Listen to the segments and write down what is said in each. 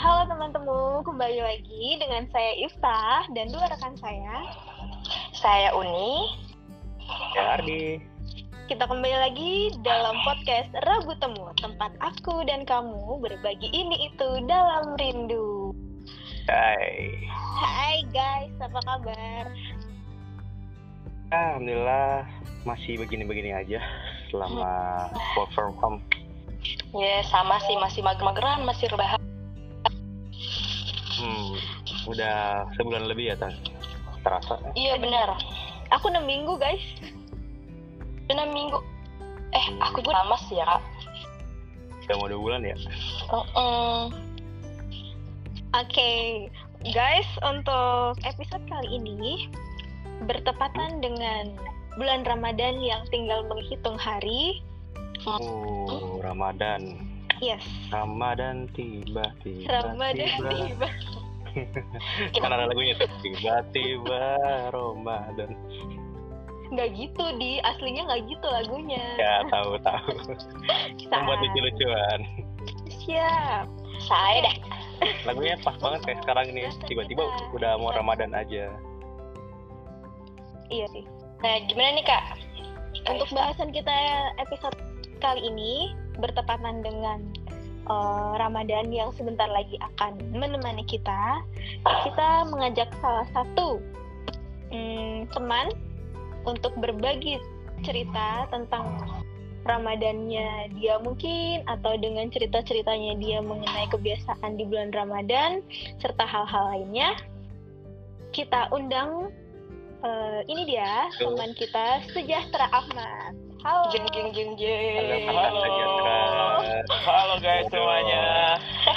Halo teman-teman, kembali lagi dengan saya Iftah dan dua rekan saya. Saya Uni. Ya Ardi. Kita kembali lagi dalam podcast Rabu Temu, tempat aku dan kamu berbagi ini itu dalam rindu. Hai guys, apa kabar? Alhamdulillah masih begini-begini aja selama work from home. Ya sama sih, masih mager-mageran, masih rebahan. Udah sebulan lebih ya terasa. Iya benar. Aku 6 minggu guys. 6 minggu. Aku juga lama sih ya kak. Udah mau 2 bulan ya. Oke, guys, untuk episode kali ini bertepatan dengan bulan Ramadan yang tinggal menghitung hari. Ramadan. Yes. Ramadan tiba. Ramadan tiba. Kan ada lagunya tuh. Tiba-tiba Ramadan. Nggak gitu aslinya nggak gitu lagunya. Ya tahu. Membuat lucu-lucuan. Siap. Saya dah. Lagunya pas banget kayak sekarang ini. Tiba-tiba udah mau Ramadan aja. Iya sih. Nah gimana nih kak? Untuk bahasan kita episode kali ini bertepatan dengan Ramadan yang sebentar lagi akan menemani kita. Kita mengajak salah satu teman untuk berbagi cerita tentang Ramadannya dia mungkin, atau dengan cerita-ceritanya dia mengenai kebiasaan di bulan Ramadan serta hal-hal lainnya. Kita undang ini dia teman kita, Sejahtera Ahmad. Halo. Jeng. Halo guys semuanya.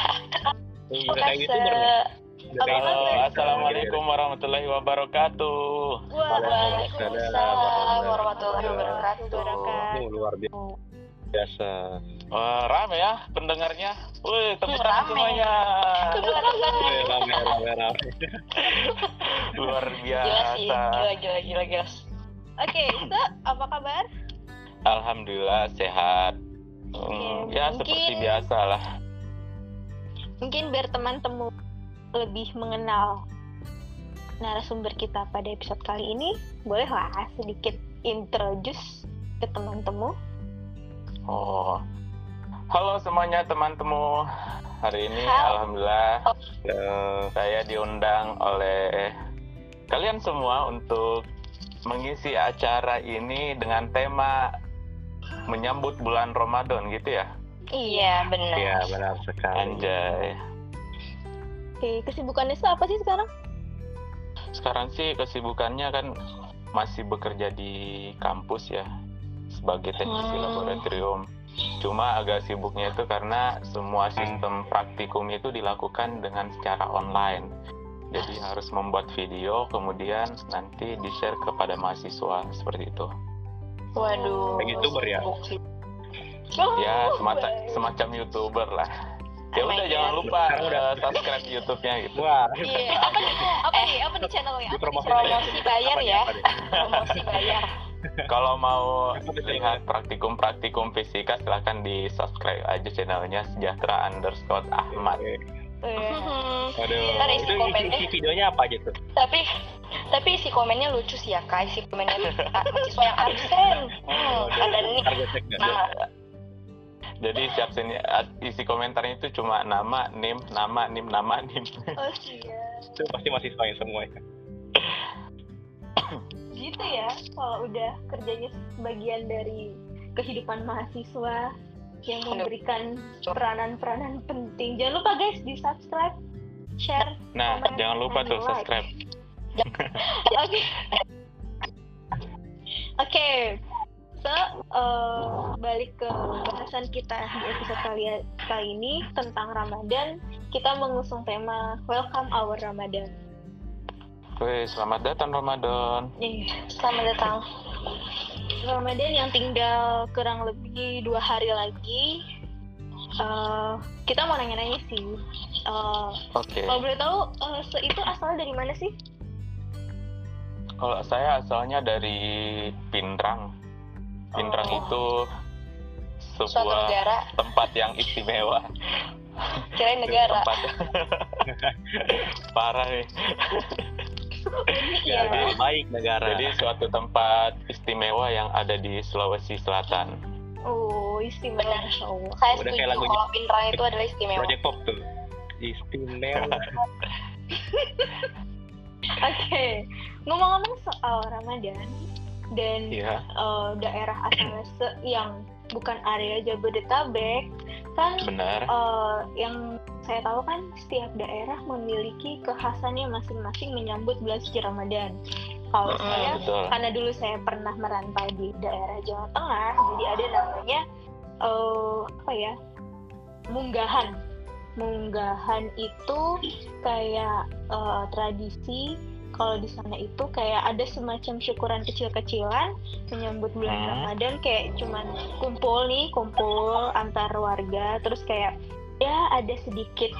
Halo, assalamualaikum warahmatullahi wabarakatuh. Waalaikumsalam warahmatullahi wabarakatuh. Luar biasa. Wah, rame ya pendengarnya. Wih, tepuk tangan semuanya. Rame. Luar Gila sih, biasa. gila. Oke, so apa kabar? Alhamdulillah sehat. Ya mungkin- seperti biasa lah. Mungkin biar teman-teman lebih mengenal narasumber kita pada episode kali ini, bolehlah sedikit introduce ke teman-teman. Oh. Halo semuanya teman-teman. Hari ini Halo. alhamdulillah saya diundang oleh kalian semua untuk mengisi acara ini dengan tema menyambut bulan Ramadan gitu ya. Iya benar. Iya benar sekali. Anjay. Oke, kesibukannya itu apa sih sekarang? Sekarang sih kesibukannya kan masih bekerja di kampus ya sebagai teknisi laboratorium. Cuma agak sibuknya itu karena semua sistem praktikum itu dilakukan dengan secara online. Jadi harus membuat video kemudian nanti di-share kepada mahasiswa seperti itu. Waduh. Kayak YouTuber ya? Ya semacam YouTuber lah. Ya Oh my udah God. jangan lupa Sekarang udah subscribe YouTube-nya gitu. Wah. Iya, apa nih channelnya? Promosi bayar ya. Promosi bayar. Kalau mau lihat praktikum fisika silahkan di subscribe aja channelnya Sejahtera_Ahmad. Aduh. Ntar isi Itu komennya. isi videonya apa gitu? Tapi isi komennya lucu sih ya kak. Isi komennya tuh mahasiswa yang absen. Ada nih. Nah, Jadi siapin isi komentarnya itu cuma nama, nim. Oh iya. Itu pasti mahasiswanya semua ya. Gitu ya, kalau udah kerjanya bagian dari kehidupan mahasiswa yang memberikan peranan-peranan penting. Jangan lupa guys di subscribe, share. Nah, komen, jangan lupa and tuh like. subscribe. Oke. So, balik ke bahasan kita di episode kali ini tentang Ramadan. Kita mengusung tema Welcome Our Ramadan. Wih, selamat datang Ramadan. selamat datang. Ramadan yang tinggal kurang lebih 2 hari lagi. Kita mau nanya-nanya sih. Oke. Kalau boleh tahu, itu asalnya dari mana sih? Kalau saya asalnya dari Pindrang. Pindrang itu Suatu sebuah negara. tempat yang istimewa. Kirain negara. Tempat. Parah nih. Iya. Jadi baik negara. Jadi suatu tempat istimewa yang ada di Sulawesi Selatan. Oh, istimewa. Benar. Masya Allah. Saya Udah setuju kayak lagunya kalau Pinrang itu adalah istimewa. Project Pop tuh. Istimewa. Oke, ngomong-ngomong soal Ramadan dan Iya. daerah asal yang bukan area Jabodetabek, kan Benar. yang saya tahu kan setiap daerah memiliki kekhasannya masing-masing menyambut bulan suci Ramadan. Kalau saya, Betul. karena dulu saya pernah merantau di daerah Jawa Tengah, jadi ada namanya munggahan. Munggahan itu kayak tradisi. Kalau di sana itu kayak ada semacam syukuran kecil-kecilan menyambut bulan Ramadan, kayak cuman kumpul antar warga, terus kayak ya ada sedikit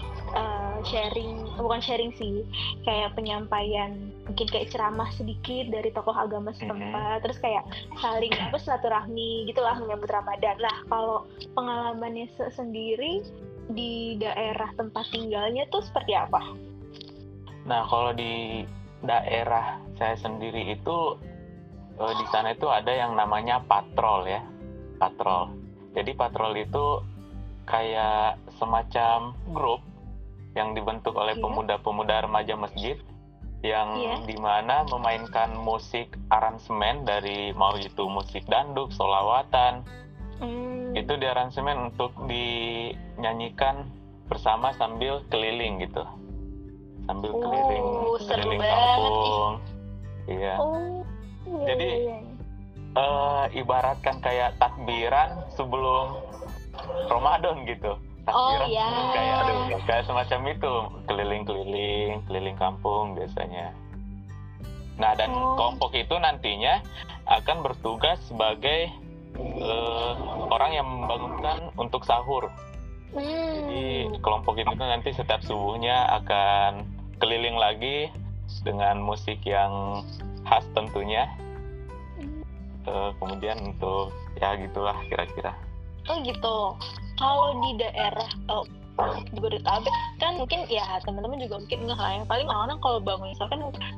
bukan sharing sih, kayak penyampaian mungkin kayak ceramah sedikit dari tokoh agama setempat, terus kayak saling silaturahmi gitulah menyambut Ramadan. Lah kalau pengalamannya sendiri di daerah tempat tinggalnya tuh seperti apa? Nah, kalau di daerah saya sendiri itu di sana itu ada yang namanya patrol ya. Patrol. Jadi patrol itu kayak semacam grup yang dibentuk oleh pemuda-pemuda remaja masjid yang dimana memainkan musik aransemen dari mau itu musik danduk, sholawatan. Itu diaransemen untuk dinyanyikan bersama sambil keliling gitu. Sambil keliling kampung. Iya. Jadi ibaratkan kayak takbiran sebelum Ramadan gitu. Takbiran kayak semacam itu, keliling kampung biasanya. Nah, dan kelompok itu nantinya akan bertugas sebagai orang yang membangunkan untuk sahur. Jadi kelompok itu nanti setiap subuhnya akan keliling lagi dengan musik yang khas tentunya. Kemudian untuk ya gitulah kira-kira. Oh gitu. Kalau di daerah Jabodetabek kan mungkin ya teman-teman juga mungkin nggak lah, yang paling orang-orang kalau bangun misalkan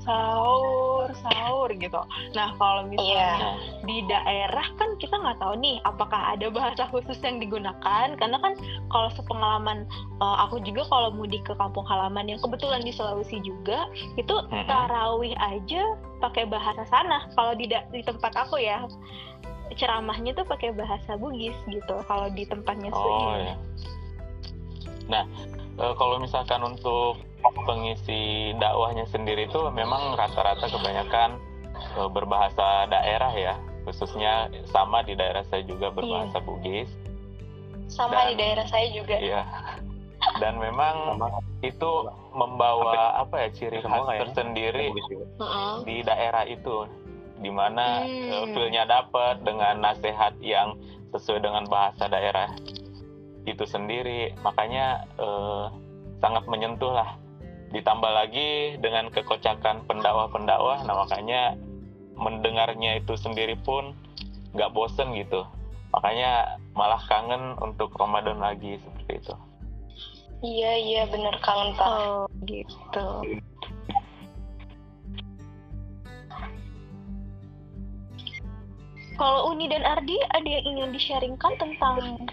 sahur gitu. Nah kalau misalnya di daerah kan kita nggak tahu nih apakah ada bahasa khusus yang digunakan, karena kan kalau sepengalaman aku juga kalau mudik ke kampung halaman yang kebetulan di Sulawesi juga itu tarawih aja pakai bahasa sana. Kalau di tempat aku ya ceramahnya tuh pakai bahasa Bugis gitu kalau di tempatnya sendiri. Ya. Nah, kalau misalkan untuk pengisi dakwahnya sendiri itu memang rata-rata kebanyakan berbahasa daerah ya, khususnya sama di daerah saya juga berbahasa Bugis. Sama di daerah saya juga. Iya. Dan memang itu membawa ciri khas tersendiri di daerah itu, di mana feel-nya dapat dengan nasihat yang sesuai dengan bahasa daerah itu sendiri, makanya sangat menyentuh lah. Ditambah lagi dengan kekocakan pendakwah, nah makanya mendengarnya itu sendiri pun nggak bosen gitu. Makanya malah kangen untuk Ramadan lagi seperti itu. Iya bener, kangen Pak. Oh gitu. Kalau Uni dan Ardi ada yang ingin di-sharingkan tentang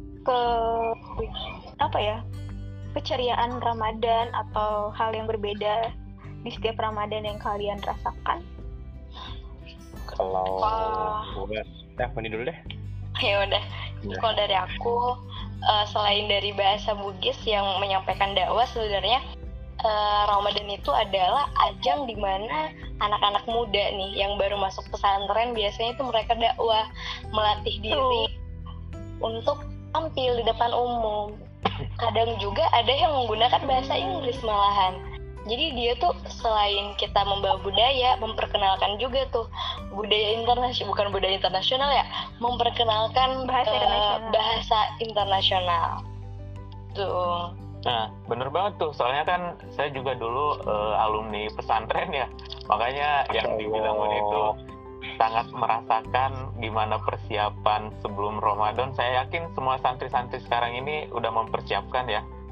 keceriaan Ramadan atau hal yang berbeda di setiap Ramadan yang kalian rasakan? Kalau ini dulu deh. Ya udah. Kalau dari aku, selain dari bahasa Bugis yang menyampaikan dakwah, sebenarnya Ramadan itu adalah ajang di mana anak-anak muda nih yang baru masuk pesantren biasanya itu mereka dakwah, melatih diri untuk tampil di depan umum. Kadang juga ada yang menggunakan bahasa Inggris malahan. Jadi dia tuh selain kita membawa budaya, memperkenalkan juga tuh budaya internasional, bukan budaya internasional ya, memperkenalkan bahasa internasional. Tuh. Nah, bener banget tuh. Soalnya kan saya juga dulu alumni pesantren ya. Makanya yang dibilang itu sangat merasakan gimana persiapan sebelum Ramadan. Saya yakin semua santri-santri sekarang ini udah mempersiapkan ya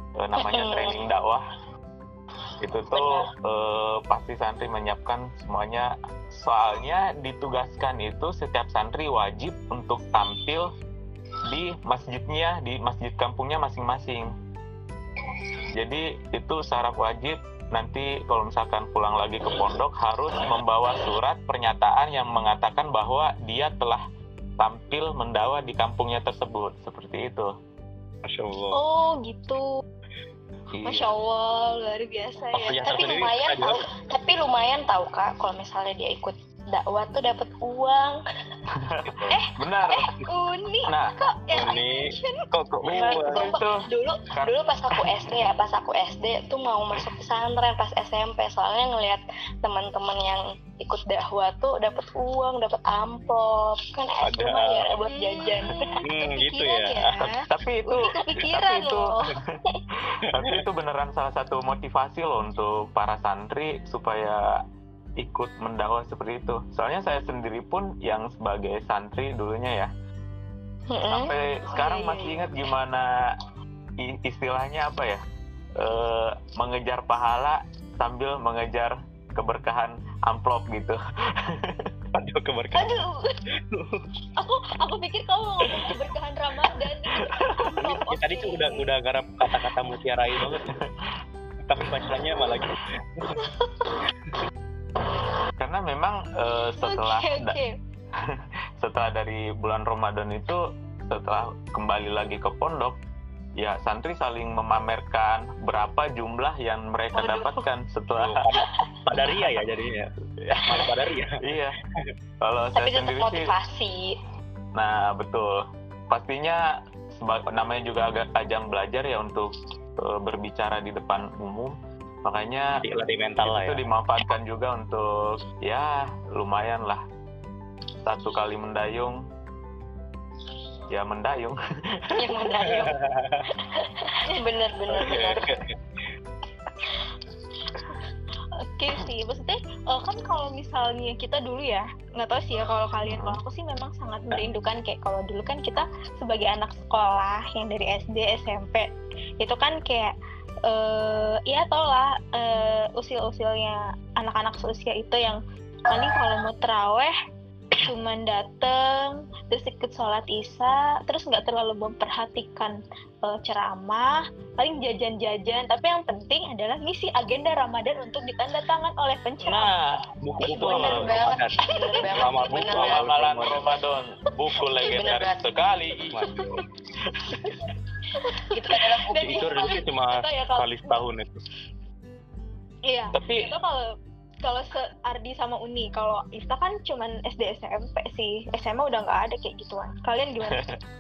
namanya training dakwah. Itu tuh pasti santri menyiapkan semuanya. Soalnya ditugaskan itu setiap santri wajib untuk tampil di masjidnya, di masjid kampungnya masing-masing. Jadi itu syarat wajib. Nanti kalau misalkan pulang lagi ke pondok harus membawa surat pernyataan yang mengatakan bahwa dia telah tampil mendakwah di kampungnya tersebut. Seperti itu. Masya Allah. Oh gitu. Iya. Masya Allah, luar biasa ya. Tapi lumayan tahu Kak, kalau misalnya dia ikut dakwah tuh dapat uang. Benar. Uni. Nah, Kok yang Uni. mention? Kok benar itu. Dulu pas aku SD ya, pas aku SD tuh mau masuk pesantren pas SMP, soalnya ngelihat teman-teman yang ikut dakwah tuh dapat uang, dapat amplop, kan lumayan ya buat jajan. Gitu ya. Tapi itu Uni kepikiran loh. tapi itu beneran salah satu motivasi loh untuk para santri supaya ikut mendakwah seperti itu. Soalnya saya sendiri pun yang sebagai santri dulunya ya, sampai sekarang masih ingat gimana istilahnya apa ya, mengejar pahala sambil mengejar keberkahan amplop gitu. Aduh, keberkahan. Aduh. Aku pikir kamu mau ngomong keberkahan Ramadan. Ya, tadi tuh udah garap kata-kata mutiarai banget. Tapi bacanya malah gitu. Karena memang setelah Oke. setelah dari bulan Ramadan itu, setelah kembali lagi ke pondok, ya santri saling memamerkan berapa jumlah yang mereka dapatkan setelah Padaria ya jadinya. Malah padaria. Iya. Kalau saya Tapi tetap sendiri sih, motivasi. nah betul. Pastinya namanya juga agak ajang belajar ya untuk berbicara di depan umum. Makanya Latih mental lah itu ya. dimanfaatkan juga untuk ya lumayan lah, satu kali mendayung ya mendayung. Yang mendayung. Bener. Oke sih, maksudnya kan kalau misalnya kita dulu ya, nggak tahu sih ya kalau kalian, kalau aku sih memang sangat merindukan, kayak kalau dulu kan kita sebagai anak sekolah yang dari SD SMP itu kan kayak ya tau lah, usil-usilnya anak-anak seusia itu yang paling kalau mau teraweh cuman dateng terus ikut sholat isya, terus nggak terlalu memperhatikan ceramah, paling jajan-jajan, tapi yang penting adalah ngisi agenda Ramadan untuk ditanda tangan oleh penceramah. Buku Bener banget. Ramalan Ramadan, buku legendaris sekali. Itu adalah Dan Itu rilisnya cuma nggak tahu ya kalau- kali setahun itu. Iya. Tapi Itu kalau Ardi sama Uni, kalau Ifta kan cuman SD SMP sih, SMA udah nggak ada kayak gituan. Kalian gimana?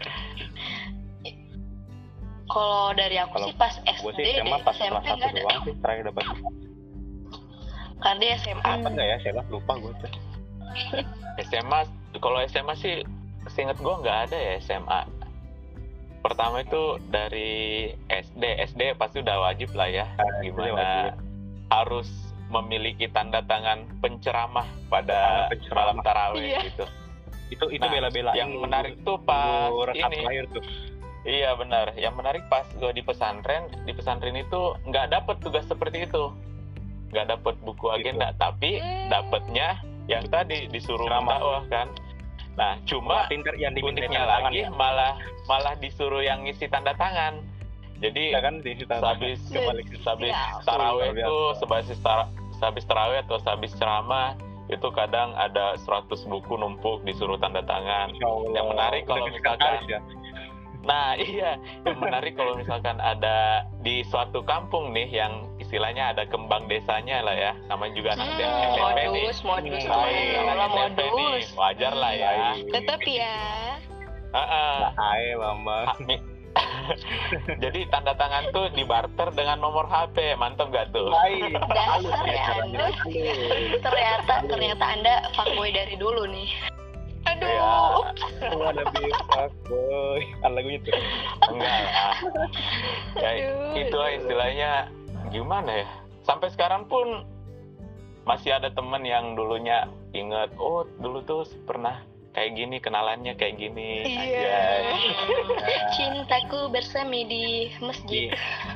kalau dari aku Kalau sih pas Gue SD sih dan SMA pas SMP kelas 1 nggak ada. doang sih terakhir dapat. Karena dia SMA. Dapat nggak ya? SMA lupa gue tuh. SMA, kalau SMA sih seingat gue nggak ada ya SMA. Pertama itu dari SD pasti udah wajib lah ya, gimana wajib. harus memiliki tanda tangan penceramah pada Penceramah. malam tarawih Iya. gitu. Itu Nah, bela-belain. yang menarik tuh pas rekat ini. terakhir tuh. Iya benar. Yang menarik pas gue di pesantren itu nggak dapet tugas seperti itu, nggak dapet buku agenda, tapi dapetnya yang tadi disuruh Ceramah. mendakwah kan. Nah cuma Pinter yang diminta uniknya tanda tangan lagi ya. malah disuruh yang ngisi tanda tangan. Jadi Ya kan di situ. habis Siap. tarawih Luar itu habis tarawih atau habis ceramah itu kadang ada 100 buku numpuk disuruh tanda tangan. Yang menarik kalau misalkan Nah iya, yang menarik kalau misalkan ada di suatu kampung nih yang istilahnya ada kembang desanya lah ya, namanya juga anak SMP nih. Modus. Nih, wajar lah ya. Tetap ya. Hai Bambang. Jadi tanda tangan tuh dibarter dengan nomor HP, mantap gak tuh? Dasar ya Anda. Ternyata Anda fuckboy dari dulu nih. Aduh. Ya, Ada bifak boy. Kan lagunya tuh. enggak lah. Ya, Aduh. itu istilahnya gimana ya? Sampai sekarang pun masih ada temen yang dulunya inget, oh dulu tuh pernah kayak gini, kenalannya kayak gini. Iya. Anjay. Cintaku bersemi di masjid.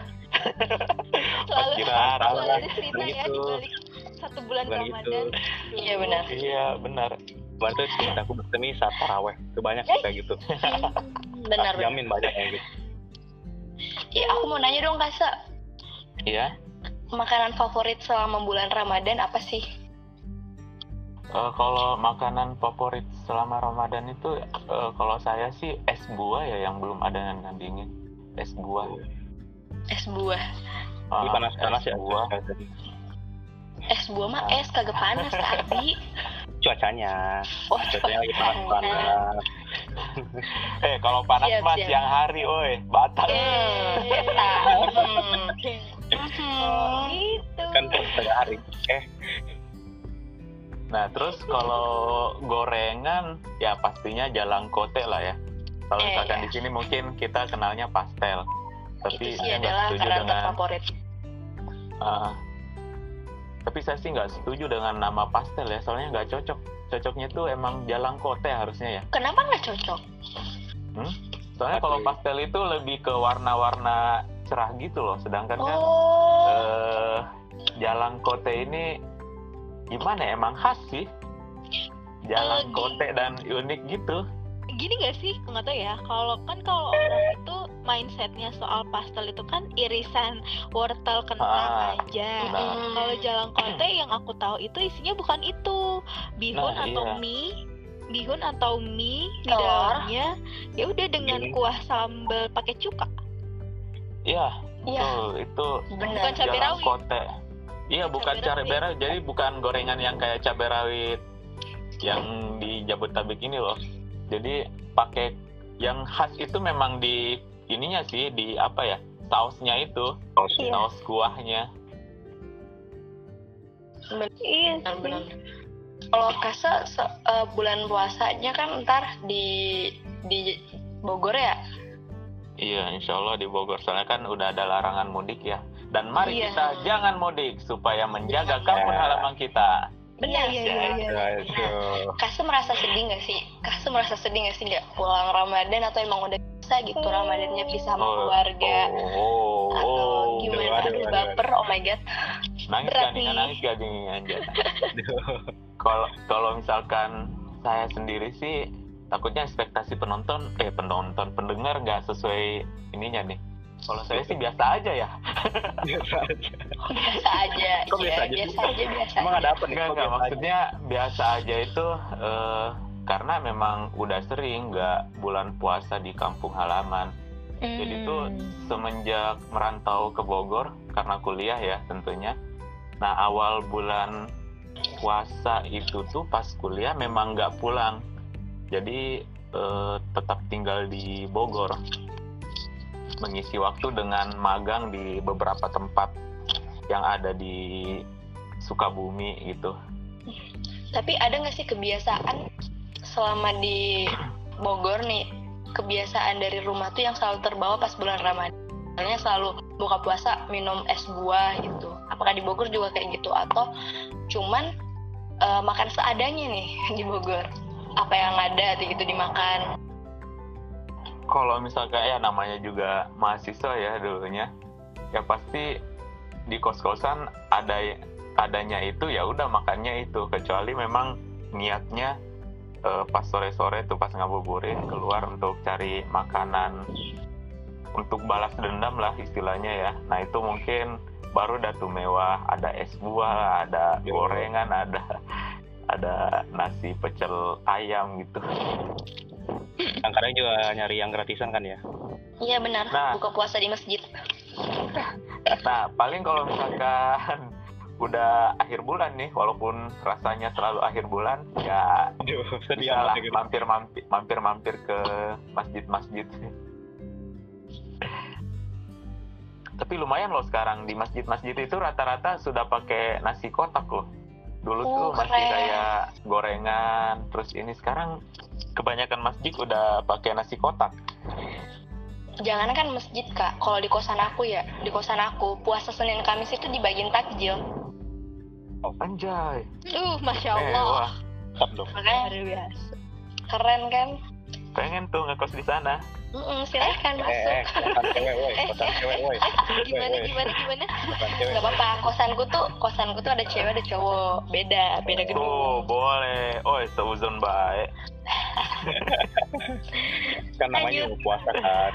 Selalu Kira selalu salah. ada cerita Bukan ya gitu. di balik 1 bulan Bukan Ramadan. Iya benar. Iya benar. Kemarin tuh temen aku bertemi saat taraweh. Itu banyak sih kayak gitu. Benar. Jamin banyak kayak gitu. Iya, aku mau nanya dong Kasa, Iya. makanan favorit selama bulan Ramadan apa sih? Kalau makanan favorit selama Ramadan itu kalau saya sih es buah ya yang belum ada yang dingin. Es buah. Es buah. Ini panas-panas es ya buah. tadi. Es buah mah es kagak panas tadi. Cuacanya. Oh, Cuacanya lagi panas-panas. Kalau panas Siap, mah siap. siang hari, oi, batal. Gitu. Kan setengah hari. Nah, terus kalau gorengan ya pastinya jalangkote lah ya. Kalau misalkan iya. di sini mungkin kita kenalnya pastel. Tapi Itu sih saya nggak adalah setuju makanan dengan terfavorit. tapi saya sih nggak setuju dengan nama pastel ya, soalnya nggak cocok. Cocoknya tuh emang jalangkote harusnya ya. Kenapa nggak cocok? Soalnya kalau pastel itu lebih ke warna-warna cerah gitu loh, sedangkan kan jalangkote ini gimana ya, emang khas sih. Jalangkote dan unik gitu. Gini gak sih, nggak tahu ya, kalau orang itu mindsetnya soal pastel itu kan irisan wortel kentang aja. benar. Kalau jalangkote yang aku tahu itu isinya bukan itu, bihun Nah, atau iya. mie di Telur. dalamnya ya udah dengan kuah sambal pakai cuka. Iya, Iya, itu Bukan benar. cabai rawit. jalangkote. Iya, bukan Cabai cabai rawit. Jadi bukan gorengan yang kayak cabai rawit yang di Jabodetabek ini loh. Jadi pakai yang khas itu memang di ininya sih, di apa ya, sausnya itu, Iya. saus kuahnya. Iya Benar. sih. Kalau Kasa bulan puasanya kan ntar di Bogor ya? Iya, insya Allah di Bogor. Soalnya kan udah ada larangan mudik ya. Dan mari Iya. kita jangan mudik supaya menjaga Iya. kampung halaman kita. Benar. Iya. Itu. Kasa merasa sedih nggak sih? Nggak pulang Ramadan atau emang udah bisa gitu Ramadannya pisah sama keluarga? Atau gimana? aduh, Aduh, aduh. baper, oh my god. Nangis Berat gak nih? nih. Nangis gak nih aja. Kalau misalkan saya sendiri sih takutnya ekspektasi pendengar nggak sesuai ininya nih. Kalau saya sih biasa aja ya. Biasa aja. Biasa aja. Kok biasa aja sih? Biasa Emang aja. ada apa nih? Enggak, Kok biasa aja? maksudnya biasa aja itu karena memang udah sering nggak bulan puasa di kampung halaman. Jadi tuh semenjak merantau ke Bogor karena kuliah ya tentunya. Nah, awal bulan puasa itu tuh pas kuliah memang nggak pulang. Jadi tetap tinggal di Bogor. Mengisi waktu dengan magang di beberapa tempat yang ada di Sukabumi gitu. Tapi ada nggak sih kebiasaan selama di Bogor nih, kebiasaan dari rumah tuh yang selalu terbawa pas bulan Ramadan? Misalnya selalu buka puasa minum es buah gitu. Apakah di Bogor juga kayak gitu atau cuman makan seadanya nih di Bogor? Apa yang ada gitu dimakan? Kalau misalkan ya namanya juga mahasiswa ya dulunya, ya pasti di kos-kosan adanya itu ya udah makannya itu, kecuali memang niatnya pas sore-sore tuh pas ngabuburit keluar untuk cari makanan untuk balas dendam lah istilahnya ya. Nah itu mungkin baru dah tuh mewah, ada es buah, ada gorengan, ada nasi pecel ayam gitu. Kadang juga nyari yang gratisan kan ya. Iya benar, Nah. buka puasa di masjid. Nah, paling kalau misalkan udah akhir bulan nih, walaupun rasanya selalu akhir bulan, ya Aduh, sedih bisa lah amat ya. mampir-mampir ke masjid-masjid. Tapi lumayan loh sekarang di masjid-masjid itu rata-rata sudah pakai nasi kotak loh. Dulu tuh masih keren. kayak gorengan, terus ini sekarang kebanyakan masjid udah pakai nasi kotak. Jangan kan masjid Kak, kalau di kosan aku puasa Senin Kamis itu dibagiin takjil. Anjay. Masya Allah. Wah. Mantap dong. Makanya Luar biasa. keren kan? pengen tuh ngekos di sana. Silakan masuk. Kosan cewek woi. Gimana? Kosan cewek. Nggak apa-apa, kosanku tuh ada cewek ada cowok, beda gedung. Oh, boleh. Oh, seuzon baik. Kan namanya puasa kan.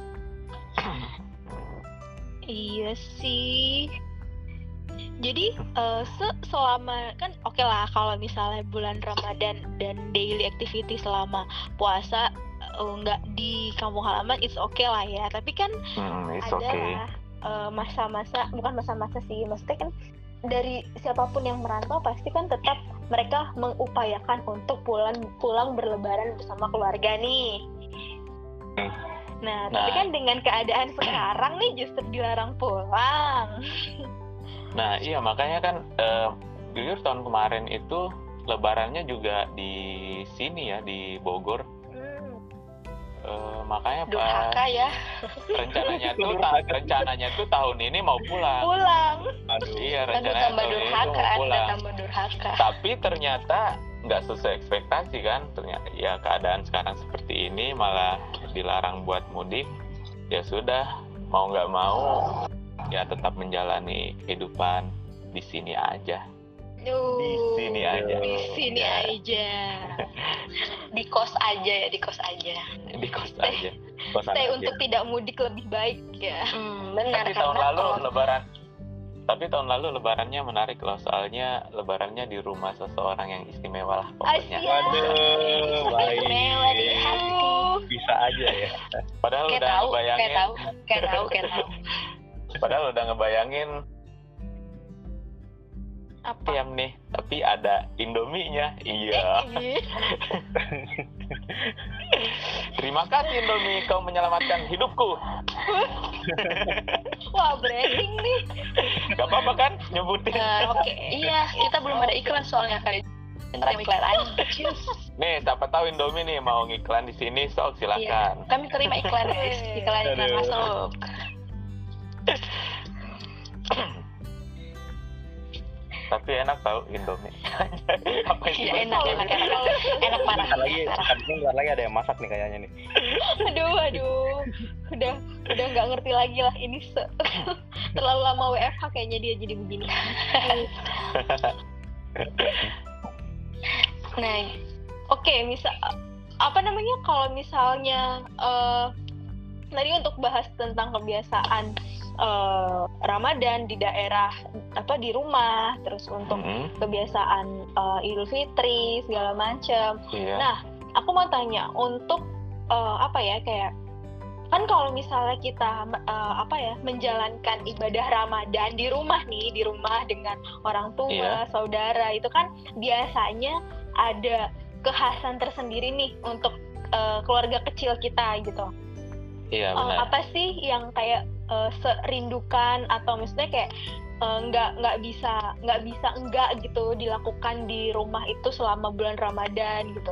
Iya sih. Jadi selama kan oke lah kalau misalnya bulan Ramadan dan daily activity selama puasa nggak di kampung halaman, it's okay lah ya. Tapi kan It's ada okay. lah masa-masa, bukan masa-masa sih, maksudnya kan dari siapapun yang merantau pasti kan tetap mereka mengupayakan untuk pulang berlebaran bersama keluarga nih. Nah, tapi kan dengan keadaan sekarang nih justru dilarang pulang. Nah, iya makanya kan jujur tahun kemarin itu lebarannya juga di sini ya, di Bogor. Makanya Durhaka ya. rencananya tuh tahun ini mau pulang. Aduh. Iya, Aduh, rencananya tambah tahun ini tuh durhaka, mau pulang. tambah durhaka. Tapi ternyata nggak sesuai ekspektasi kan. Ternyata ya keadaan sekarang seperti ini malah dilarang buat mudik. Ya sudah, mau nggak mau ya tetap menjalani kehidupan di sini aja. Di sini aja. Di sini aja. Di kos aja. Di kos aja. Kosan Stay aja. untuk tidak mudik lebih baik ya. Benar. Tapi tahun lalu lebarannya menarik loh, soalnya lebarannya di rumah seseorang yang istimewa lah pokoknya. Asyik. Waduh, baik. Istimewa di hati. Bisa aja ya. Padahal Kayak udah tahu. Padahal udah ngebayangin Apa? ayam nih, tapi ada Indominya. Iya. Terima kasih Indomie, kau menyelamatkan hidupku. Wah, branding nih. Gak apa-apa kan nyebutin. Oke. Iya, kita belum ada iklan soalnya kali. Ntar iklan aja. Nih, siapa tahu Indomie nih mau ngiklan di sini, sok Iya. silakan. Kami terima iklan, guys. Iklan Aduh. masuk. Tapi enak tau Indomie. Apa sih? Iya, enak parah. Bentar lagi ada yang masak nih kayaknya nih. Aduh. Udah nggak ngerti lagi lah ini terlalu lama WFH kayaknya dia jadi begini. Nah, oke, kalau misalnya tadi untuk bahas tentang kebiasaan Ramadan di daerah di rumah, terus untuk kebiasaan Idul Fitri segala macam. Iya. Nah, aku mau tanya untuk kayak kan kalau misalnya kita menjalankan ibadah Ramadan di rumah dengan orang tua, Iya. saudara, itu kan biasanya ada kekhasan tersendiri nih untuk keluarga kecil kita gitu. Iya benar. Apa sih yang kayak serindukan atau maksudnya kayak nggak bisa enggak gitu dilakukan di rumah itu selama bulan Ramadan gitu?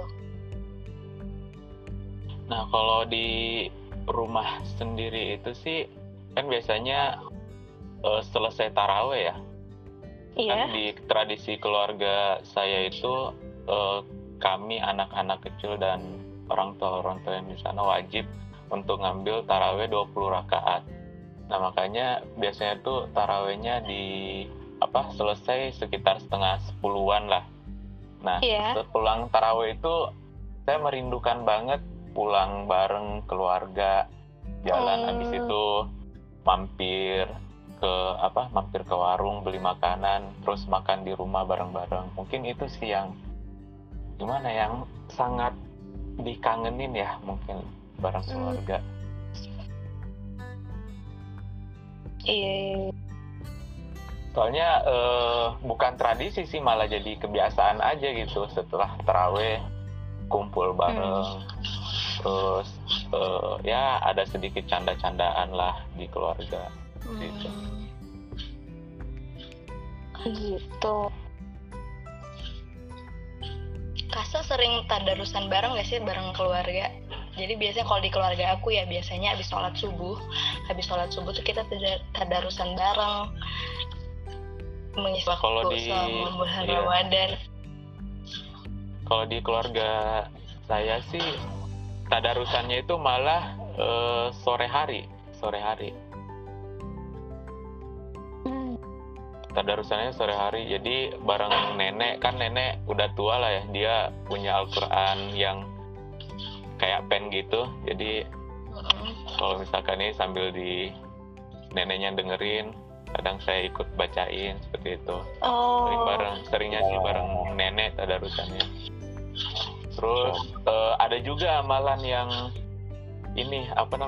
Nah, kalau di rumah sendiri itu sih kan biasanya selesai taraweh ya. Iya. Kan di tradisi keluarga saya itu kami anak-anak kecil dan orang tua yang di sana wajib untuk ngambil taraweh 20 rakaat. Nah, makanya biasanya tuh tarawehnya selesai sekitar setengah 10-an lah. Nah, sepulang taraweh itu saya merindukan banget pulang bareng keluarga, jalan habis itu mampir ke warung beli makanan, terus makan di rumah bareng-bareng. Mungkin itu sih yang yang sangat dikangenin ya, mungkin bareng keluarga. Iya. Soalnya bukan tradisi sih, malah jadi kebiasaan aja gitu. Setelah taraweh kumpul bareng, terus ya ada sedikit canda-candaan lah di keluarga gitu. Gitu. Kasa sering tadarusan bareng gak sih bareng keluarga? Jadi biasanya kalau di keluarga aku ya biasanya habis sholat subuh tuh kita tadarusan bareng mengisi waktu selama bulan Ramadan. Kalau di keluarga saya sih tadarusannya itu malah sore hari. Tadarusannya sore hari, jadi bareng nenek, kan nenek udah tua lah ya, dia punya Al-Quran yang kayak pen gitu, jadi kalau misalkan ini sambil di neneknya dengerin, kadang saya ikut bacain seperti itu. Seringnya sih bareng nenek tadarusannya. Terus ada juga amalan yang ini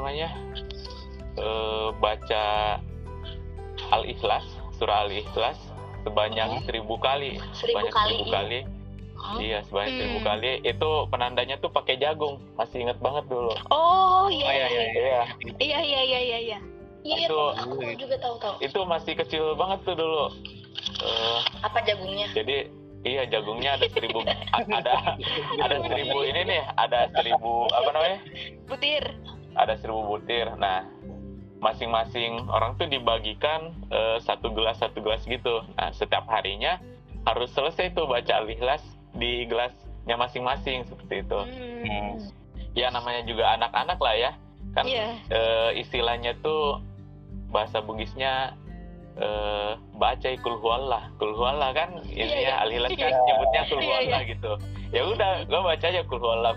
baca Al-Ikhlas, surah Al-Ikhlas sebanyak 1000 kali. Sebanyak 1000 kali. Iya, sebanyak 1000 kali. Itu penandanya tuh pakai jagung. Masih inget banget dulu. Iya. Itu aku juga tahu. Itu masih kecil banget tuh dulu. Apa jagungnya? Jadi iya, jagungnya ada 1000 ada 1000 ini nih, ada 1000 butir. Ada 1000 butir. Nah, masing-masing orang tuh dibagikan satu gelas gitu. Nah, setiap harinya harus selesai tuh baca Al-Ikhlas di gelasnya masing-masing seperti itu. Ya namanya juga anak-anak lah ya. Kan istilahnya tuh bahasa Bugisnya baca kul huwallah kan ininya Al-Ikhlas kan nyebutnya kul huwallah gitu. Ya udah, gue baca aja kul huwallah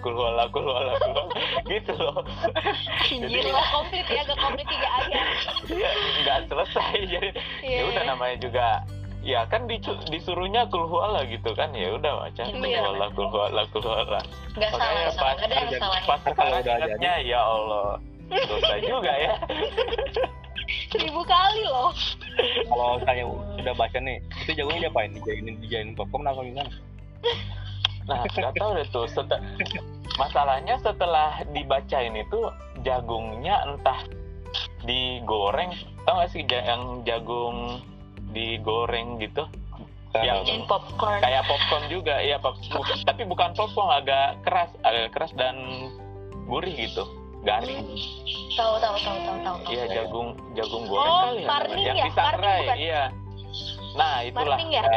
gitu loh. Anjir lah, komplit 3 ayat. Iya, nggak selesai. Jadi ya udah, namanya juga ya kan disuruhnya kul huwallah gitu kan, ya udah baca kul huwallah. Nggak salah, ada yang salah. Pas kalau udah ingatnya, ya Allah, dosa juga ya. 1000 kali loh. Kalau saya udah baca nih, itu jagungnya diapain? Dijainin popcorn apa gimana? Nah, nggak tahu deh tuh. Masalahnya setelah dibacain itu jagungnya entah digoreng, tau nggak sih yang jagung digoreng gitu? Yang popcorn. Kayak popcorn juga, ya tapi bukan popcorn, agak keras dan gurih gitu, garing. Tahu. Iya, jagung goreng kali ya. Marning Yang ya? disangrai, Marning iya. Nah, itulah. Marning ya?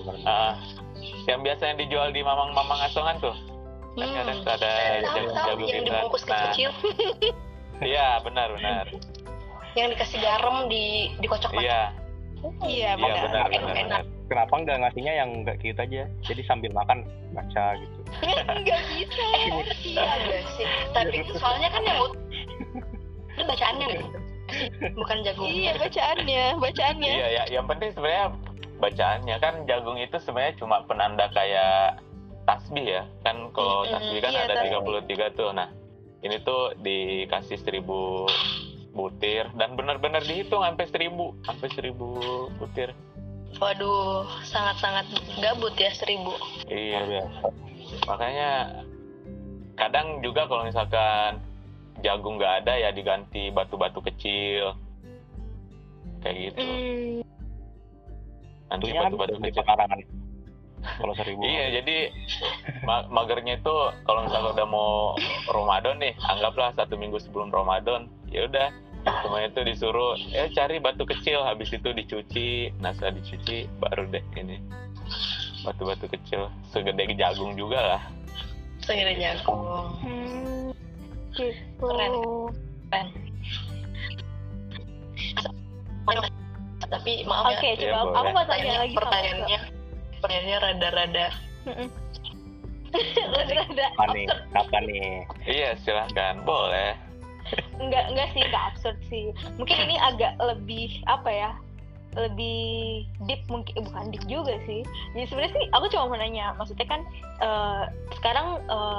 Yang biasanya dijual di mamang asongan tuh. Kan ada jagung yang gitu. dibungkus kecil. Iya, benar. Yang dikasih garam dikocok pakai. Iya, benar. Kenapa nggak ngasihnya yang nggak gitu aja? Jadi sambil makan baca gitu. Nggak bisa. Iya sih. Tapi soalnya kan yang itu bacaannya nih, bukan jagung. Iya, bacaannya. Iya, ya, yang penting sebenarnya bacaannya. Kan jagung itu sebenarnya cuma penanda kayak tasbih ya. Kan kalau tasbih kan ada 33 tuh. Nah, ini tuh dikasih 1000 butir dan benar-benar dihitung sampai 1000 butir. Waduh, sangat-sangat gabut ya 1000. Iya. Makanya kadang juga kalau misalkan jagung nggak ada ya diganti batu-batu kecil kayak gitu. Nanti batu-batu kecil pekarangan. Kalau 1000. Iya, jadi magernya itu kalau misalkan udah mau Ramadan nih, anggaplah 1 minggu sebelum Ramadan, ya udah semuanya itu disuruh cari batu kecil, habis itu dicuci. Nah, setelah dicuci baru deh ini batu-batu kecil segede jagung juga lah. Segede jagung. Gitu. Keren. Tapi maaf Oke, ya. coba aku mau tanya lagi. Pertanyaannya rada-rada. Rada. Kapan nih? Iya, silahkan, boleh. Enggak sih, enggak absurd sih. Mungkin ini agak lebih lebih deep, mungkin bukan deep juga sih. Jadi sebenarnya sih aku cuma mau nanya, maksudnya kan sekarang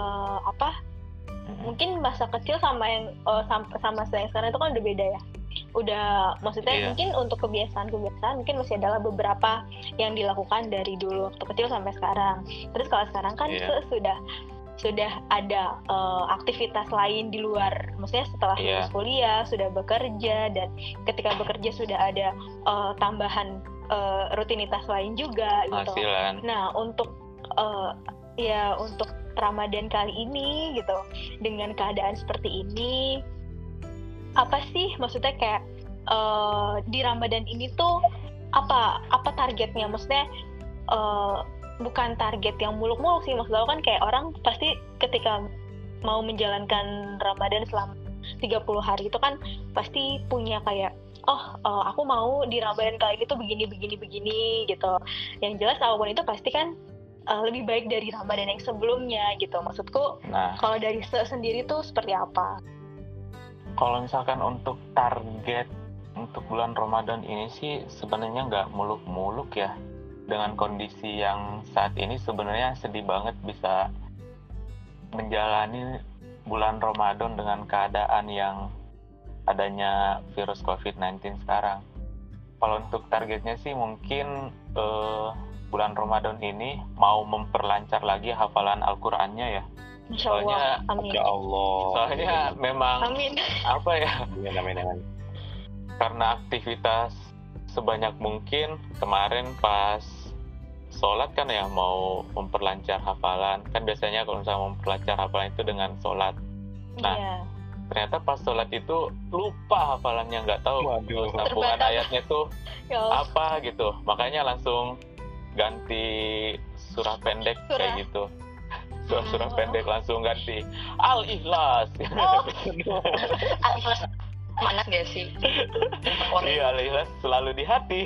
mungkin masa kecil sama yang sama yang sekarang itu kan udah beda ya. Udah, maksudnya mungkin untuk kebiasaan mungkin masih adalah beberapa yang dilakukan dari dulu waktu kecil sampai sekarang. Terus kalau sekarang kan sudah ada aktivitas lain di luar, maksudnya setelah lulus kuliah sudah bekerja, dan ketika bekerja sudah ada tambahan rutinitas lain juga gitu. Hasilan. Nah, untuk untuk Ramadan kali ini gitu, dengan keadaan seperti ini, apa sih maksudnya kayak di Ramadan ini tuh apa targetnya? Maksudnya bukan target yang muluk-muluk sih, maksud aku kan kayak orang pasti ketika mau menjalankan Ramadan selama 30 hari itu kan pasti punya kayak aku mau di Ramadan kali ini tuh begini gitu. Yang jelas apapun itu pasti kan lebih baik dari Ramadan yang sebelumnya gitu. Maksudku kalau dari sendiri tuh seperti apa? Kalau misalkan untuk target untuk bulan Ramadan ini sih sebenarnya nggak muluk-muluk ya. Dengan kondisi yang saat ini sebenarnya sedih banget bisa menjalani bulan Ramadan dengan keadaan yang adanya virus COVID-19 sekarang. Kalau untuk targetnya sih mungkin bulan Ramadan ini mau memperlancar lagi hafalan Al-Qur'annya ya. Insya Allah, amin. Ya Allah. Soalnya memang Amin. apa ya? Amin. Karena aktivitas sebanyak mungkin kemarin pas sholat kan ya mau memperlancar hafalan. Kan biasanya kalau misalnya memperlancar hafalan itu dengan sholat. Nah, Iya. ternyata pas sholat itu lupa hafalannya, nggak tahu sambungan ayatnya tuh Ya Allah. apa gitu. Makanya langsung ganti surah pendek kayak gitu. Surah pendek langsung ganti Al-Ikhlas. Al-Ikhlas manat gak sih? Iya, Al-Ikhlas selalu di hati.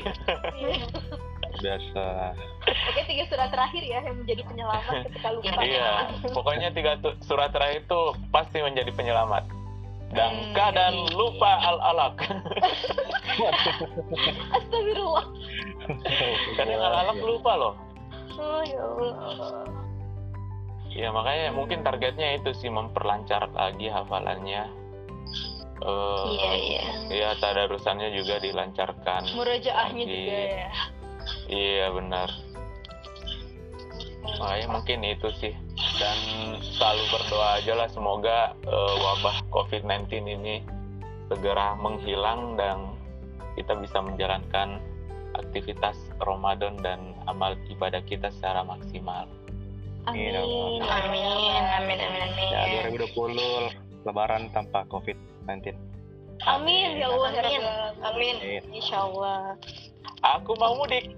Biasa. Oke, 3 surat terakhir ya yang menjadi penyelamat ketika lupa. Iya, pokoknya 3 surat terakhir itu pasti menjadi penyelamat. Dan keadaan lupa al-alaq. Astagfirullah. Kadang al-alaq lupa loh. Oh ya Allah. Ya makanya mungkin targetnya itu sih memperlancar lagi hafalannya. Iya. Iya, tadarusannya juga dilancarkan. Murojaahnya lagi. juga ya. Iya benar. Makanya mungkin itu sih. Dan selalu berdoa aja lah semoga wabah COVID-19 ini segera menghilang dan kita bisa menjalankan aktivitas Ramadan dan amal ibadah kita secara maksimal. Amin. Amin. Ya 2020 Lebaran tanpa COVID-19. Amin ya Allah. Amin. Insya Allah. Aku mau mudik.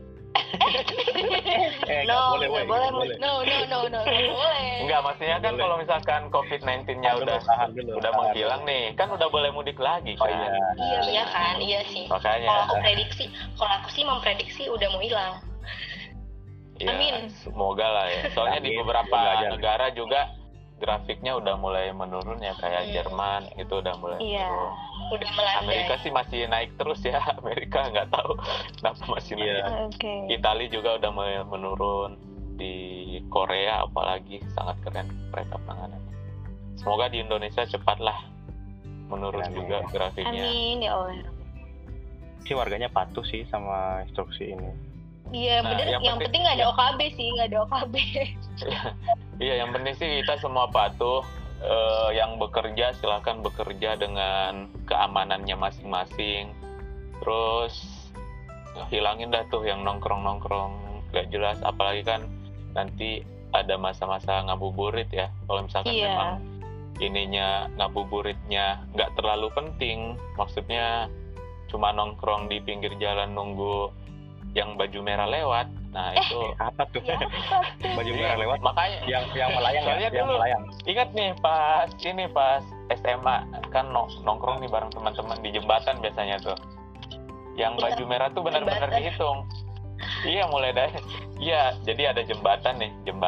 Nggak boleh. No, boleh. Enggak, maksudnya kan Boleh. kalau misalkan COVID-19-nya Tahan dulu. udah menghilang nih, kan udah boleh mudik lagi kan. Iya kan, iya sih. Makanya. Kalau aku sih memprediksi udah mau hilang. Ya, Amin. semoga lah ya. Soalnya di Amin. beberapa Semoga aja. negara juga grafiknya udah mulai menurun ya, kayak Jerman itu udah mulai Iya. menurun. Udah melandai. Amerika sih masih naik terus ya. Amerika nggak tahu kenapa masih naik. Oke. Italia juga udah mulai menurun. Di Korea apalagi sangat keren mereka penanganannya. Semoga di Indonesia cepatlah menurun Amin. juga grafiknya. Amin ya Allah. Si warganya patuh sih sama instruksi ini. Iya Nah, bener. yang Yang penting- penting nggak ada OKB sih, nggak ada OKB. Iya, yang penting sih kita semua patuh. Yang bekerja silakan bekerja dengan keamanannya masing-masing. Terus hilangin dah tuh yang nongkrong gak jelas. Apalagi kan nanti ada masa-masa ngabuburit ya. Kalau misalkan Iya. memang ininya ngabuburitnya nggak terlalu penting, maksudnya cuma nongkrong di pinggir jalan nunggu yang baju merah lewat. Nah itu Apa tuh? Ya, Baju merah lewat. makanya Yang melayang Soalnya ya? Yang dulu- melayang. ingat nih pas SMA kan nongkrong nih bareng teman-teman di jembatan biasanya tuh. Yang Iya, baju merah tuh benar-benar jembatan. dihitung. Iya mulai dari iya jadi ada jembatan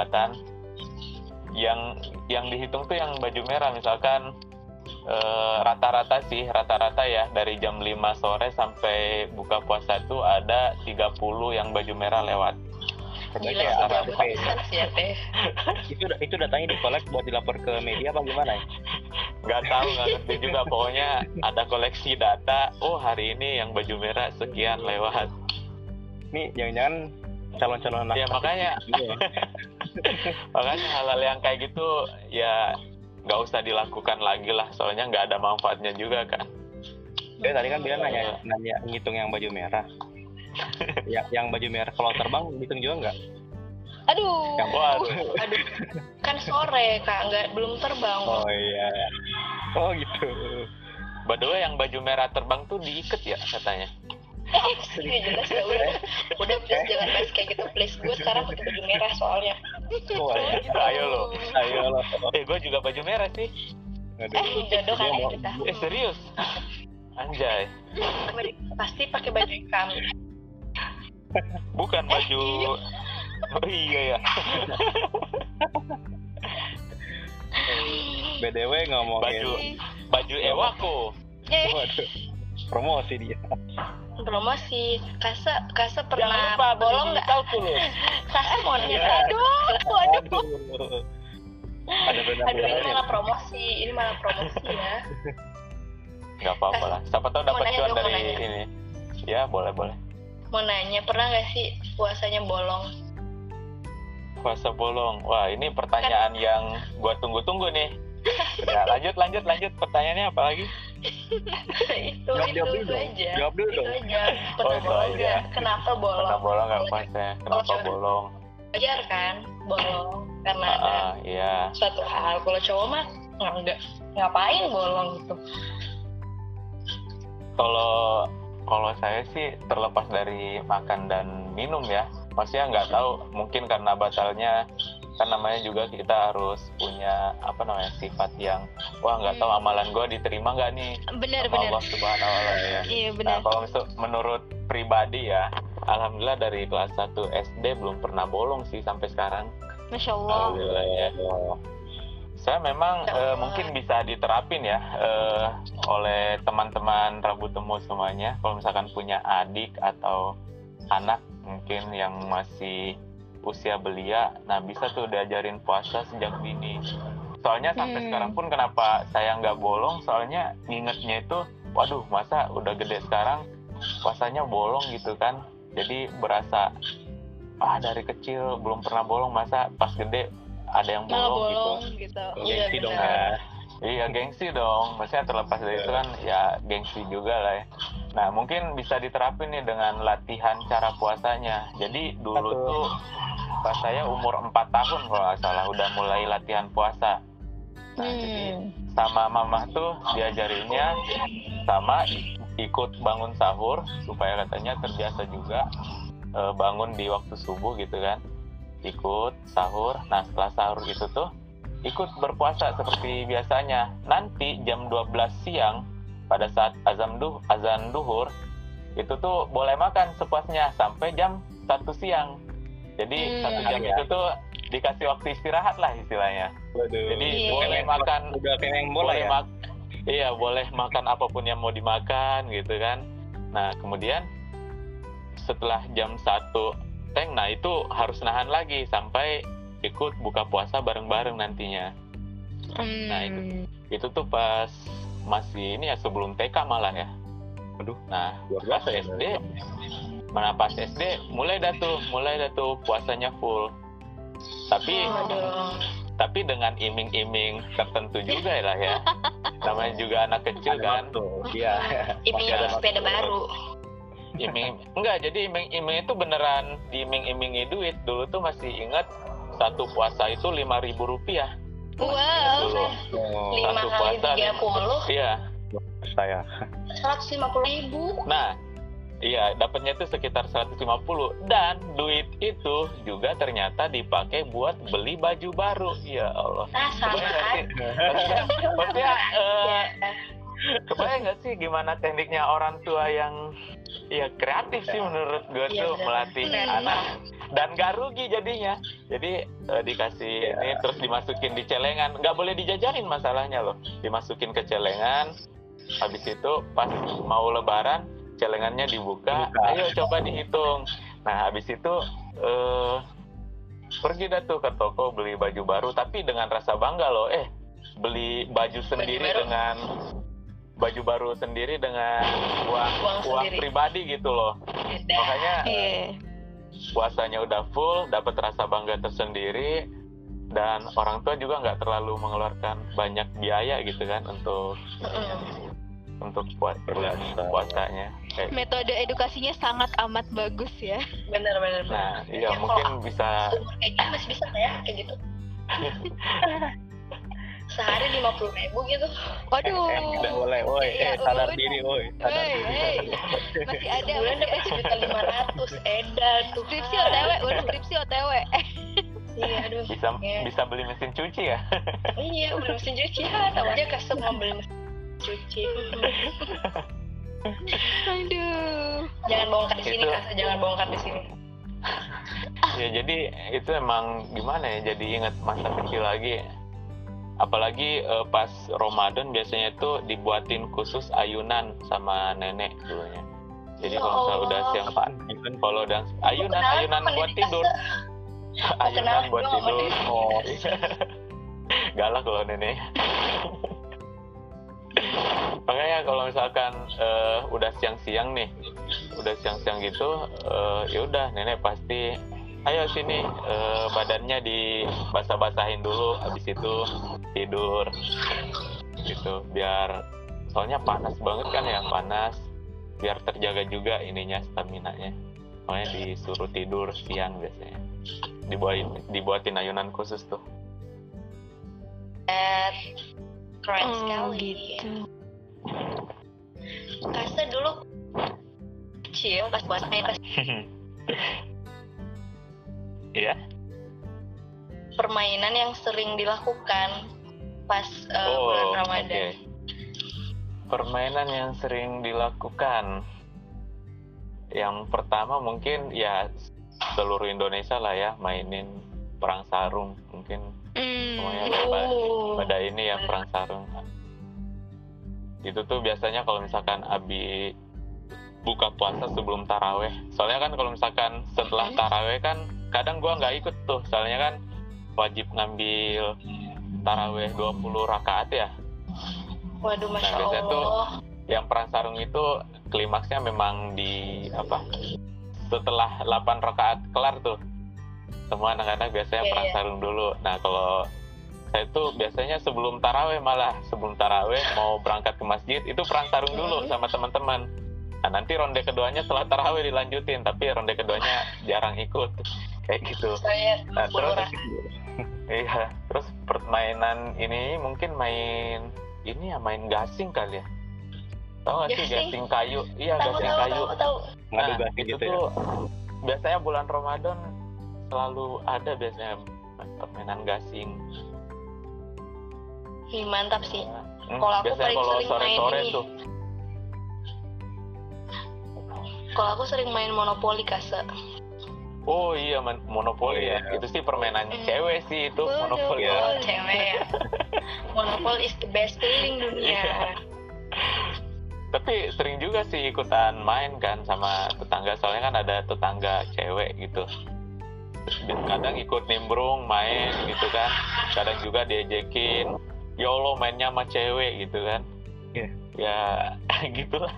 yang dihitung tuh yang baju merah misalkan rata-rata ya dari jam 5 sore sampai buka puasa tuh ada 30 yang baju merah lewat. Berarti Gila ya, sih, apa gabut apa ya? pisan sih ya teh. Itu datanya di-collect buat dilapor ke media apa gimana ya? Nggak tahu, nggak ngerti juga, pokoknya ada koleksi data. Oh hari ini yang baju merah sekian lewat. Nih jangan-jangan calon-calon anak Ya, makanya. juga ya. Makanya hal-hal yang kayak gitu ya nggak usah dilakukan lagi lah, soalnya nggak ada manfaatnya juga kan. Dia tadi kan bilang nanya ngitung yang baju merah. yang baju merah kalau terbang hitung juga nggak? Aduh. Yang Waduh. Aduh, kan sore kak, belum terbang. Oh iya. Oh gitu. By the way, yang baju merah terbang tuh diikat ya katanya. Iya jelas ya udah please jangan bahas kayak gitu please. Gue sekarang pakai baju merah soalnya. Wah, Ayo lo. ayo lo. Gue juga baju merah sih. Aduh. Jodoh kan Dia kita. Serius? Anjay. Pasti pakai baju hitam. Bukan baju. Oh iya ya. BDW ngomongin Baju Ewako. waduh, promosi dia. Promosi. Kasa Jangan pernah lupa bolong nggak? Kalkulus. Kasa mau nanya. Aduh. Ada beda Aduh, ini malah promosi. Ini malah promosi ya. Nggak apa-apa lah. Siapa tahu dapat Mau nanya cuan dong, dari mau nanya. ini. Ya boleh. Mau nanya, pernah nggak sih puasanya bolong? Puasa bolong. Wah, ini pertanyaan yang gua tunggu-tunggu nih. Ya, lanjut. Pertanyaannya apa lagi? itu Jawab dulu dong. aja. Jawab dulu dong. Itu aja. Pernah Oh, itu bolong aja. nggak? Kenapa bolong? Pernah bolong nggak puasa? Kenapa cowok- bolong? Wajar kan bolong karena ada Iya. suatu hal. Kalau cowok mah nggak ngapain bolong gitu. Kalau saya sih terlepas dari makan dan minum ya, maksudnya nggak tahu, mungkin karena batalnya kan namanya juga kita harus punya sifat yang nggak tahu amalan gue diterima nggak nih Bener. sama Allah Subhanahu wa Ta'ala ya. Iya Nah bener. kalau menurut pribadi ya, alhamdulillah dari kelas 1 SD belum pernah bolong sih sampai sekarang. Masya Allah. Alhamdulillah ya. Saya memang mungkin bisa diterapin ya oleh teman-teman Rabu Temu semuanya. Kalau misalkan punya adik atau anak mungkin yang masih usia belia, nah bisa tuh diajarin puasa sejak dini. Soalnya sampai sekarang pun kenapa saya nggak bolong, soalnya ngingetnya itu, waduh masa udah gede sekarang puasanya bolong gitu kan. Jadi berasa, dari kecil belum pernah bolong, masa pas gede ada yang Malah bolong gitu. bolong gitu. Gengsi dong benar. ya. Iya gengsi dong, maksudnya terlepas dari itu kan ya gengsi juga lah ya. Nah mungkin bisa diterapin nih dengan latihan cara puasanya. Jadi dulu tuh pas saya umur 4 tahun kalau nggak salah udah mulai latihan puasa. Nah jadi sama mama tuh diajarinnya sama ikut bangun sahur supaya katanya terbiasa juga bangun di waktu subuh gitu kan. Ikut sahur, nah setelah sahur itu tuh ikut berpuasa seperti biasanya. Nanti jam 12 siang pada saat azan duhur itu tuh boleh makan sepuasnya sampai jam 1 siang. Jadi 1 jam ya. itu tuh dikasih waktu istirahat lah istilahnya. Waduh. Jadi Iya. boleh makan, Udah kayak yang bola ya. Iya boleh makan apapun yang mau dimakan gitu kan. Nah kemudian setelah jam 1 nah itu harus nahan lagi sampai ikut buka puasa bareng-bareng nantinya. Nah itu tuh pas masih ini ya sebelum TK malah ya. Aduh, Nah luar pas biasa ya. SD, mana pas SD mulai dah tuh puasanya full. Tapi dengan iming-iming tertentu juga lah ya. Namanya juga anak kecil kan. Tuh, iya. Iming sepeda baru. Jadi iming-iming itu beneran diiming-imingi duit. Dulu tuh masih ingat satu puasa itu 5.000 rupiah. Wow. Dulu. Oh, 5 Satu kali puasa, 30, Iya. saya. 150.000. Nah, iya dapatnya itu sekitar 150 dan duit itu juga ternyata dipakai buat beli baju baru. Ya Allah. Nah, sama Kebayang nggak aja. sih? Maksudnya Ya. kebayang nggak sih gimana tekniknya orang tua yang ya kreatif sih menurut gue Iya, tuh benar. melatih anak dan gak rugi jadinya. Jadi dikasih ini terus dimasukin di celengan, nggak boleh dijajarin masalahnya loh, dimasukin ke celengan. Habis itu pas mau lebaran celengannya dibuka, ayo coba dihitung. Nah habis itu pergi dah tuh ke toko beli baju baru, tapi dengan rasa bangga loh, beli baju sendiri baru. dengan baju baru sendiri dengan uang sendiri. pribadi gitu loh. Beda. Makanya Iya. puasanya udah full, dapat rasa bangga tersendiri, dan orang tua juga nggak terlalu mengeluarkan banyak biaya gitu kan untuk puasanya. Metode edukasinya sangat amat bagus ya. Bener. Nah, iya Ya, mungkin bisa. Kayak gitu masih bisa nggak ya kayak gitu? Sehari 50.000 gitu. Waduh. Udah boleh, woi. Iya, Sadar udah. diri, woi. Sadar Hey, diri. hey. Masih ada, Bulan masih dapat ada. 1.500.000 edan tuh. Skripsi OTW, udah skripsi OTW. Iya, aduh. Bisa beli mesin cuci ya? Iya, beli mesin cuci. Tahu aja custom mau beli mesin cuci. Aduh. Jangan bongkar di sini, Itu- Kak. Jangan bongkar di sini. Ya jadi itu emang gimana ya, jadi ingat masa kecil lagi. Apalagi pas Ramadan biasanya tuh dibuatin khusus ayunan sama nenek dulunya. Jadi kalau misalnya udah siang, Apaan? kalau udah ayunan buat tidur. Ayunan buat tidur. Oh, iya. Galak loh nenek. Makanya kalau misalkan udah siang-siang nih, udah siang-siang gitu, ya udah nenek pasti, ayo sini, badannya dibasah-basahin dulu, habis itu tidur, gitu. Biar soalnya panas banget kan ya, panas. Biar terjaga juga ininya, staminanya. Makanya disuruh tidur siang biasanya. Dibuatin ayunan khusus tuh. Keren Oh, sekali. gitu. Kasa dulu kecil pas buat main pas Iya. permainan yang sering dilakukan pas bulan Ramadan. oke. Permainan yang sering dilakukan. Yang pertama mungkin ya seluruh Indonesia lah ya, mainin perang sarung. Mungkin semuanya pada ini ya, perang sarung. Itu tuh biasanya kalau misalkan abi buka puasa sebelum taraweh. Soalnya kan kalau misalkan setelah taraweh kan kadang gua nggak ikut tuh. Soalnya kan wajib ngambil taraweh 20 rakaat ya. Waduh, Masya biasanya tuh Allah. yang perang sarung itu klimaksnya memang di setelah 8 rakaat kelar tuh. Semua anak-anak biasanya Iya, perang iya. sarung dulu. Nah, kalau saya tuh biasanya sebelum taraweh, malah sebelum taraweh mau berangkat ke masjid itu perang sarung dulu sama teman-teman. Nah, nanti ronde keduanya setelah taraweh dilanjutin, tapi ronde keduanya jarang ikut. Kayak gitu. Saya Nah, terus murah. iya, terus permainan ini mungkin main gasing kali ya. Tahu nggak sih Gasing? gasing kayu? Iya, Tahu, gasing kayu. tahu. Ngadu Nah, gasing itu gitu ya. tuh biasanya bulan Ramadan selalu ada biasanya permainan gasing. Ih, mantap sih. Kalau aku Biasanya paling kalau sering main sore-sore ini. tuh. Kalau aku sering main monopoli, Kasa. Oh iya, monopoli ya. Iya. Itu sih permainan cewek sih itu, monopoli ya. Oh, cewek ya. Monopoli is the best feeling dunia. Iya. Tapi sering juga sih ikutan main kan sama tetangga, soalnya kan ada tetangga cewek gitu. Kadang ikut nimbrung main gitu kan, kadang juga diajakin, ya Allah mainnya sama cewek gitu kan. Iya. Ya gitulah.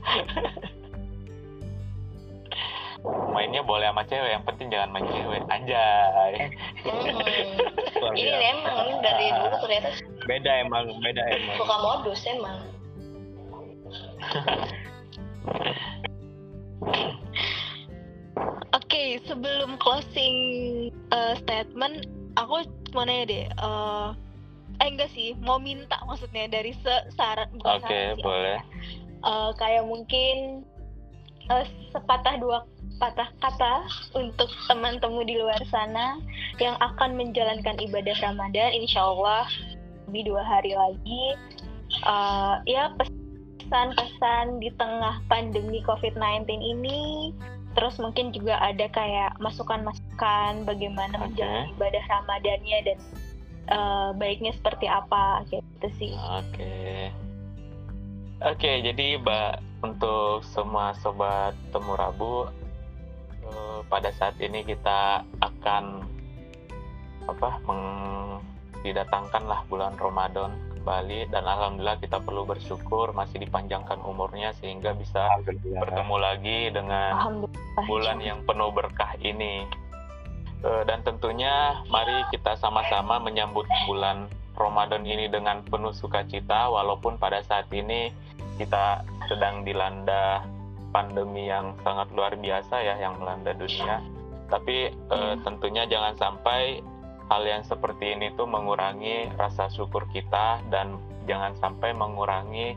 Mainnya boleh sama cewek, yang penting jangan main cewek. Anjay. Luar Ini biasa. emang dari dulu ternyata Beda emang. suka modus emang. Oke, sebelum closing statement, aku mau nanya deh. Enggak sih, mau minta maksudnya dari saran, bukan Oke, saran sih, boleh. kayak mungkin sepatah dua patah kata untuk teman-teman di luar sana yang akan menjalankan ibadah Ramadan, insya Allah lebih 2 hari lagi. Ya pesan-pesan di tengah pandemi COVID-19 ini, terus mungkin juga ada kayak masukan-masukan bagaimana menjalani ibadah Ramadannya dan baiknya seperti apa gitu sih. Oke, jadi untuk semua sobat Temu Rabu, pada saat ini kita akan didatangkanlah bulan Ramadan kembali, dan alhamdulillah kita perlu bersyukur masih dipanjangkan umurnya sehingga bisa bertemu lagi dengan Alhamdulillah. bulan yang penuh berkah ini. Dan tentunya mari kita sama-sama menyambut bulan Ramadan ini dengan penuh sukacita, walaupun pada saat ini kita sedang dilanda pandemi yang sangat luar biasa ya, yang melanda dunia. Tapi tentunya jangan sampai hal yang seperti ini tuh mengurangi rasa syukur kita, dan jangan sampai mengurangi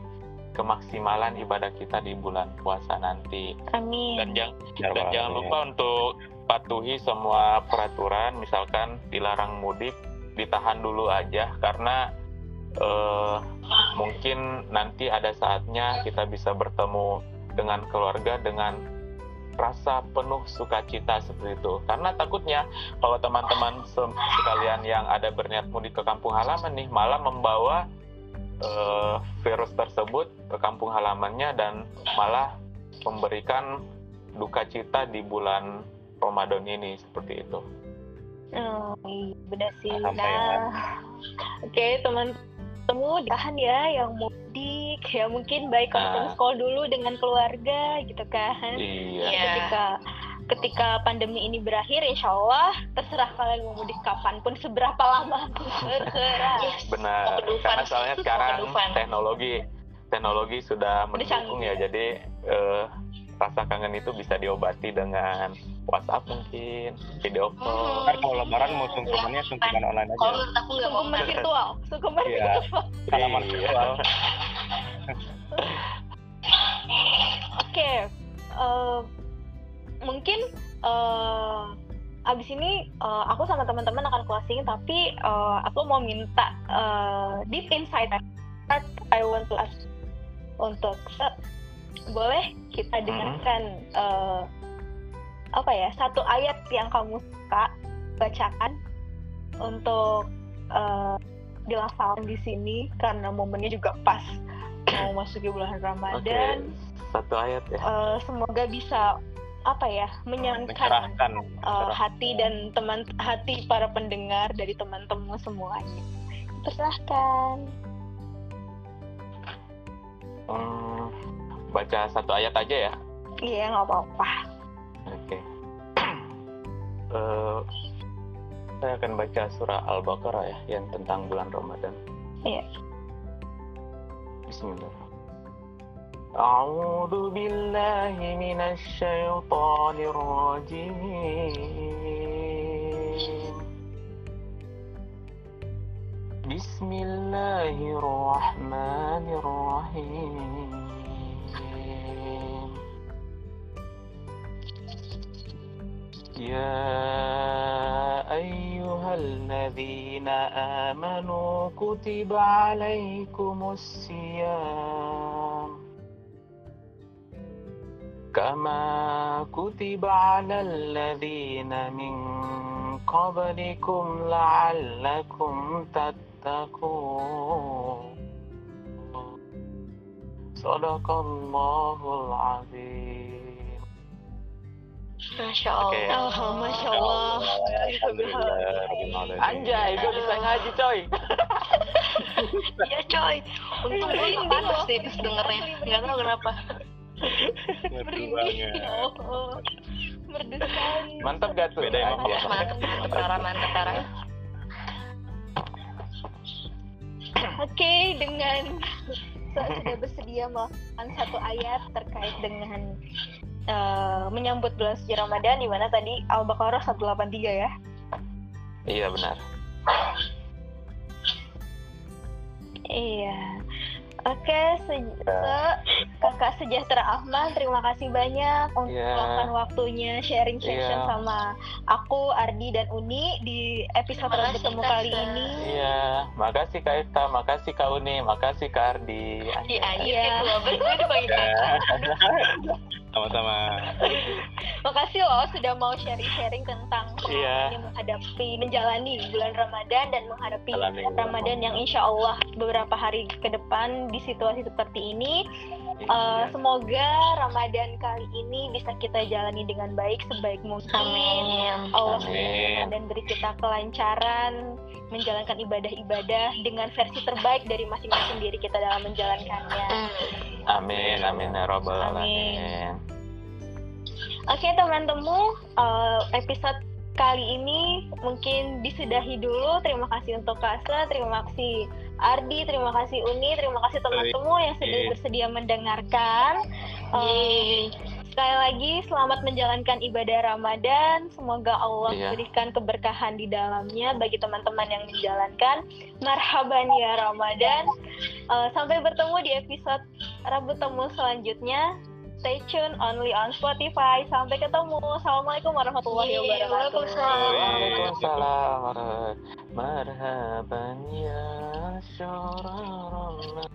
kemaksimalan ibadah kita di bulan puasa nanti. Amin. Dan jangan lupa untuk patuhi semua peraturan, misalkan dilarang mudik, ditahan dulu aja karena mungkin nanti ada saatnya kita bisa bertemu dengan keluarga dengan rasa penuh sukacita seperti itu. Karena takutnya kalau teman-teman sekalian yang ada berniat mudik ke kampung halaman nih malah membawa virus tersebut ke kampung halamannya dan malah memberikan duka cita di bulan Ramadan ini seperti itu. Oh, iya, benar sih. Sampai ya. Oke, teman-teman tahan ya yang mudik, ya mungkin baik konferensi call dulu dengan keluarga gitu kan. Iya. Ketika pandemi ini berakhir, insya Allah terserah kalian mau mudik kapanpun, seberapa lama pun terserah. Benar. Karena soalnya sekarang teknologi sudah mendukung ya, jadi rasa kangen itu bisa diobati dengan WhatsApp mungkin, video call. Ntar kalau lebaran mau sungkemannya sungkeman online aja. Kalau menurut aku nggak mau. Sungkeman virtual. Iya. Salaman virtual. Oke, mungkin abis ini aku sama teman-teman akan closing, tapi aku mau minta deep insight. I want to ask untuk boleh kita dengarkan satu ayat yang kamu suka bacakan untuk dilafalkan di sini karena momennya juga pas mau masuk ke bulan Ramadan. Satu ayat ya. Semoga bisa menyenangkan hati dan hati para pendengar dari teman-teman semuanya. Persilahkan. Baca satu ayat aja ya? Iya, nggak apa-apa. Oke. Saya akan baca surah Al-Baqarah ya, yang tentang bulan Ramadan. Iya. Bismillah. A'udzu billahi minasy syaithanir rajim. Bismillahirrahmanirrahim. Ya ayyuhalladzina amanu kutiba alaikumus siyam kama kutiba alal ladzina min qablikum la'allakum tattaqun. Shadaqallahul azim. Masya Allah. Masya Allah. Anjay, gue bisa ngaji coy. Iya coy. Untung gue panas deh pas dengernya. Gak tau kenapa. Merinding. Merdu sekali. Mantap gak tuh? Beda emang kalau Mantap Tara. Oke, dengan sudah bersedia melakukan satu ayat terkait dengan menyambut bulan suci Ramadan, di mana tadi Al-Baqarah 183 ya? Iya benar. Iya. Oke, Kakak Sejahtera Ahmad, terima kasih banyak untuk meluangkan waktunya sharing session sama aku, Ardi dan Uni di episode bertemu kali ini. Iya, makasih Kak Esta, makasih Kak Uni, makasih Kak Ardi. Iya, gue dibagi kakak. Sama-sama. Makasih loh sudah mau sharing-sharing tentang menjalani bulan Ramadan dan menghadapi Ramadan yang insya Allah beberapa hari ke depan di situasi seperti ini. Semoga Ramadan kali ini bisa kita jalani dengan baik, sebaik mungkin. Amin. Allah dan beri kita kelancaran menjalankan ibadah-ibadah dengan versi terbaik dari masing-masing diri kita dalam menjalankannya. Amin, amin ya rabbal alamin. Oke teman-teman, episode kali ini mungkin disudahi dulu. Terima kasih untuk Kasa, terima kasih Ardi, terima kasih Uni, terima kasih teman-teman yang sudah bersedia mendengarkan. Sekali lagi selamat menjalankan ibadah Ramadan. Semoga Allah berikan keberkahan di dalamnya bagi teman-teman yang menjalankan. Marhaban ya Ramadan. Sampai bertemu di episode Rabu Temu selanjutnya. Stay tune only on Spotify. Sampai ketemu. Assalamualaikum warahmatullahi wabarakatuh. Waalaikumsalam. Marhaban ya syararana.